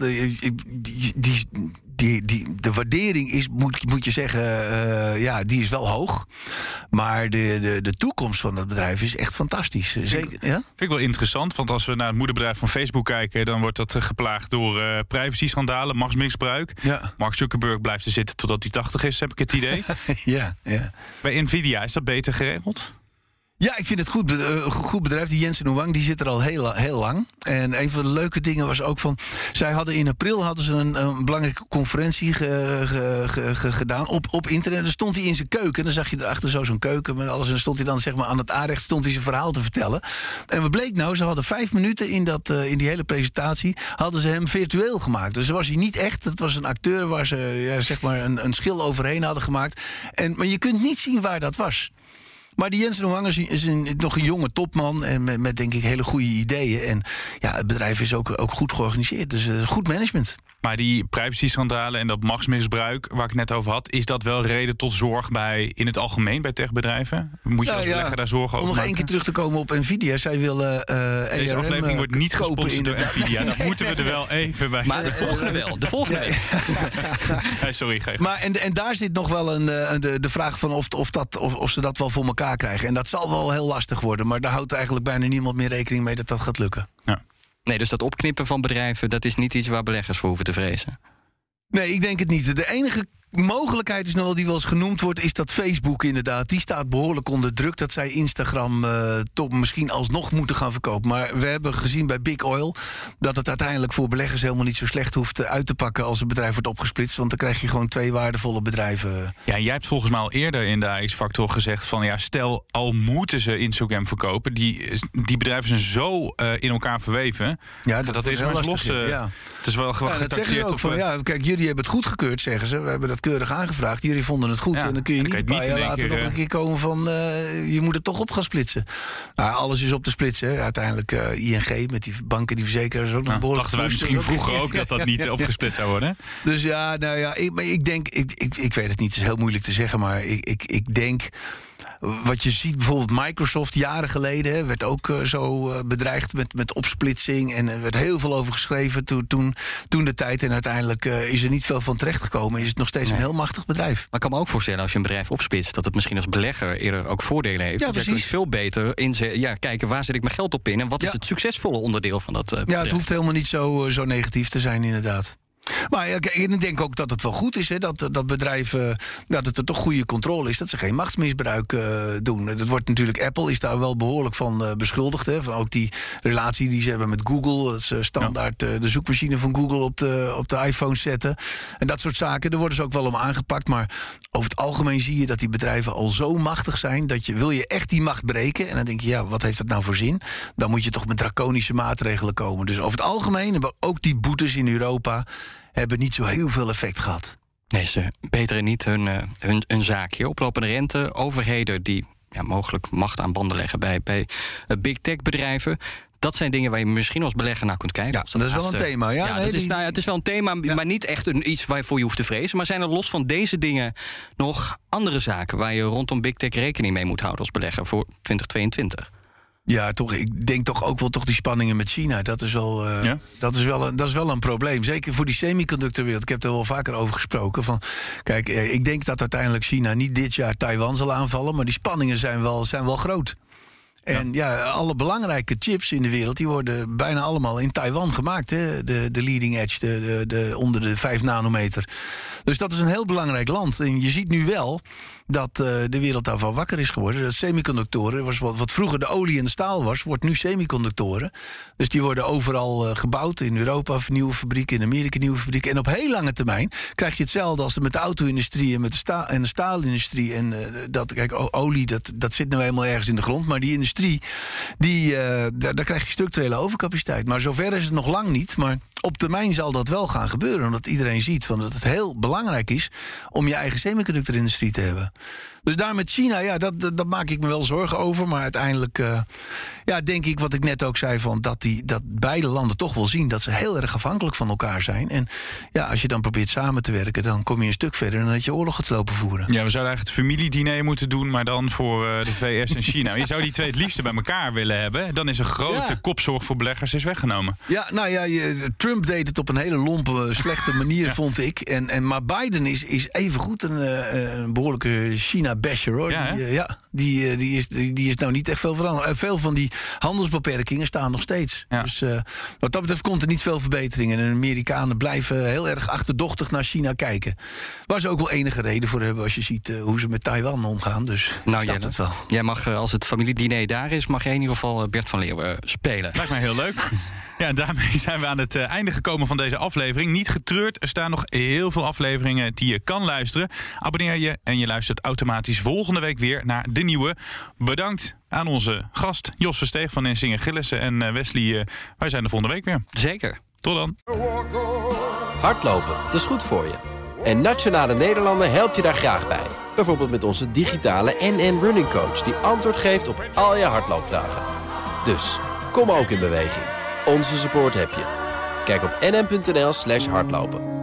de waardering is, moet je zeggen, die is wel hoog. Maar de toekomst van het bedrijf is echt fantastisch. Zeker, ja? Vind ik wel interessant, want als we naar het moederbedrijf van Facebook kijken, dan wordt dat geplaagd door privacy-schandalen, machtsmisbruik. Ja. Mark Zuckerberg blijft er zitten totdat hij 80 is, heb ik het idee. Ja. Bij Nvidia, is dat beter geregeld? Ja, ik vind het goed bedrijf. Die Jensen Huang, die zit er al heel lang. En een van de leuke dingen was ook van, zij hadden in april een belangrijke conferentie gedaan op internet. Dan stond hij in zijn keuken. En dan zag je erachter zo'n keuken met alles. En dan stond hij dan zeg maar aan het aanrecht stond hij zijn verhaal te vertellen. En wat bleek nou? Ze hadden 5 minuten in die hele presentatie hadden ze hem virtueel gemaakt. Dus was hij niet echt. Het was een acteur waar ze zeg maar een schil overheen hadden gemaakt. Maar je kunt niet zien waar dat was. Maar die Jensen Huang is nog een jonge topman en met denk ik hele goede ideeën. En ja, het bedrijf is ook goed georganiseerd. Dus goed management. Maar die privacy-schandalen en dat machtsmisbruik waar ik net over had, is dat wel reden tot zorg in het algemeen bij techbedrijven? Moet je als belegger daar zorgen over maken? Om nog één keer terug te komen op Nvidia. Zij willen Deze aflevering wordt niet gesponsord door Nvidia. Dat moeten we er wel even bij. Maar de volgende wel. De volgende week. Hey, sorry. Maar en daar zit nog wel de vraag van of ze dat wel voor elkaar krijgen. En dat zal wel heel lastig worden. Maar daar houdt eigenlijk bijna niemand meer rekening mee dat gaat lukken. Ja. Nee, dus dat opknippen van bedrijven, dat is niet iets waar beleggers voor hoeven te vrezen. Nee, ik denk het niet. De enige mogelijkheid is nog wel die wel eens genoemd wordt, is dat Facebook inderdaad. Die staat behoorlijk onder druk dat zij Instagram toch misschien alsnog moeten gaan verkopen. Maar we hebben gezien bij Big Oil dat het uiteindelijk voor beleggers helemaal niet zo slecht hoeft uit te pakken als een bedrijf wordt opgesplitst. Want dan krijg je gewoon 2 waardevolle bedrijven. Ja, jij hebt volgens mij al eerder in de AX-factor gezegd van ja, stel al moeten ze Instagram verkopen. Die bedrijven zijn zo in elkaar verweven. Ja, dat is maar los. Het is wel gewoon getaxeerd op. Kijk, jullie hebben het goedgekeurd, zeggen ze. We hebben dat keurig aangevraagd. Jullie vonden het goed. En dan kun je niet een paar jaar later nog een keer komen van je moet het toch op gaan splitsen. Nou, alles is op te splitsen. Hè. Uiteindelijk ING met die banken, die verzekeraars ook nog behoorlijk. Dachten wij misschien vroeger ook dat niet opgesplitst zou worden. Dus ja, nou ja, ik denk, ik weet het niet. Het is heel moeilijk te zeggen, maar ik denk. Wat je ziet, bijvoorbeeld Microsoft jaren geleden werd ook zo bedreigd met opsplitsing. En er werd heel veel over geschreven toen de tijd. En uiteindelijk is er niet veel van terechtgekomen. Is het nog steeds een heel machtig bedrijf. Maar ik kan me ook voorstellen, als je een bedrijf opsplitst, dat het misschien als belegger eerder ook voordelen heeft. Ja, precies. Je kunt veel beter kijken waar zet ik mijn geld op in. En wat is het succesvolle onderdeel van dat bedrijf. Ja, het hoeft helemaal niet zo negatief te zijn, inderdaad. Maar ik denk ook dat het wel goed is, hè, dat bedrijven, dat het er toch goede controle is, dat ze geen machtsmisbruik doen. Dat wordt natuurlijk, Apple is daar wel behoorlijk van beschuldigd. Hè, van ook die relatie die ze hebben met Google, dat ze standaard de zoekmachine van Google op de iPhone zetten. En dat soort zaken, daar worden ze ook wel om aangepakt. Maar over het algemeen zie je dat die bedrijven al zo machtig zijn, dat wil je echt die macht breken. En dan denk je, ja, wat heeft dat nou voor zin? Dan moet je toch met draconische maatregelen komen. Dus over het algemeen hebben ook die boetes in Europa hebben niet zo heel veel effect gehad. Nee, ze beteren niet hun zaakje. Oplopende rente, overheden die mogelijk macht aan banden leggen bij big tech bedrijven. Dat zijn dingen waar je misschien als belegger naar kunt kijken. Ja, dat is wel een thema. Het is wel een thema, maar niet echt iets waarvoor je hoeft te vrezen. Maar zijn er los van deze dingen nog andere zaken waar je rondom big tech rekening mee moet houden als belegger voor 2022? Ja, toch. Ik denk toch ook wel die spanningen met China. Dat is wel een probleem. Zeker voor die semiconductorwereld. Ik heb er wel vaker over gesproken. Kijk, ik denk dat uiteindelijk China niet dit jaar Taiwan zal aanvallen. Maar die spanningen zijn wel groot. En alle belangrijke chips in de wereld, die worden bijna allemaal in Taiwan gemaakt. Hè? De leading edge, onder de 5 nanometer. Dus dat is een heel belangrijk land. En je ziet nu wel dat de wereld daarvan wakker is geworden. Dat semiconductoren, wat vroeger de olie en de staal was, wordt nu semiconductoren. Dus die worden overal gebouwd. In Europa nieuwe fabrieken, in Amerika nieuwe fabrieken. En op heel lange termijn krijg je hetzelfde als met de auto-industrie en met de staalindustrie. En kijk, olie, dat zit nou helemaal ergens in de grond. Maar die industrie, daar krijg je structurele overcapaciteit. Maar zover is het nog lang niet. Maar op termijn zal dat wel gaan gebeuren. Omdat iedereen ziet dat het heel belangrijk is om je eigen semiconductorindustrie te hebben. Dus daar met China, dat maak ik me wel zorgen over. Maar uiteindelijk denk ik wat ik net ook zei, dat beide landen toch wel zien dat ze heel erg afhankelijk van elkaar zijn. En als je dan probeert samen te werken, dan kom je een stuk verder dan dat je oorlog gaat lopen voeren. Ja, we zouden eigenlijk het familiediner moeten doen, maar dan voor de VS en China. Je zou die twee het liefste bij elkaar willen hebben. Dan is een grote kopzorg voor beleggers is weggenomen. Ja, Trump deed het op een hele lompe, slechte manier, vond ik. Maar Biden is evengoed een behoorlijke China-basher, hoor. Die is nou niet echt veel veranderd. Veel van die handelsbeperkingen staan nog steeds. Ja. Dus wat dat betreft komt er niet veel verbetering. En de Amerikanen blijven heel erg achterdochtig naar China kijken. Waar ze ook wel enige reden voor hebben als je ziet hoe ze met Taiwan omgaan. Dus staat het wel. Jij mag, als het familiediner daar is, mag jij in ieder geval Bert van Leeuwen spelen. Lijkt mij heel leuk. Ja, en daarmee zijn we aan het einde gekomen van deze aflevering. Niet getreurd, er staan nog heel veel afleveringen die je kan luisteren. Abonneer je en je luistert automatisch volgende week weer naar de nieuwe. Bedankt aan onze gast Jos Versteeg van Nensingen Gillissen en Wesley. Wij zijn er volgende week weer. Zeker. Tot dan. Hardlopen, dat is goed voor je. En Nationale Nederlanden helpt je daar graag bij. Bijvoorbeeld met onze digitale NN Running Coach, die antwoord geeft op al je hardloopvragen. Dus, kom ook in beweging. Onze support heb je. Kijk op nn.nl/hardlopen.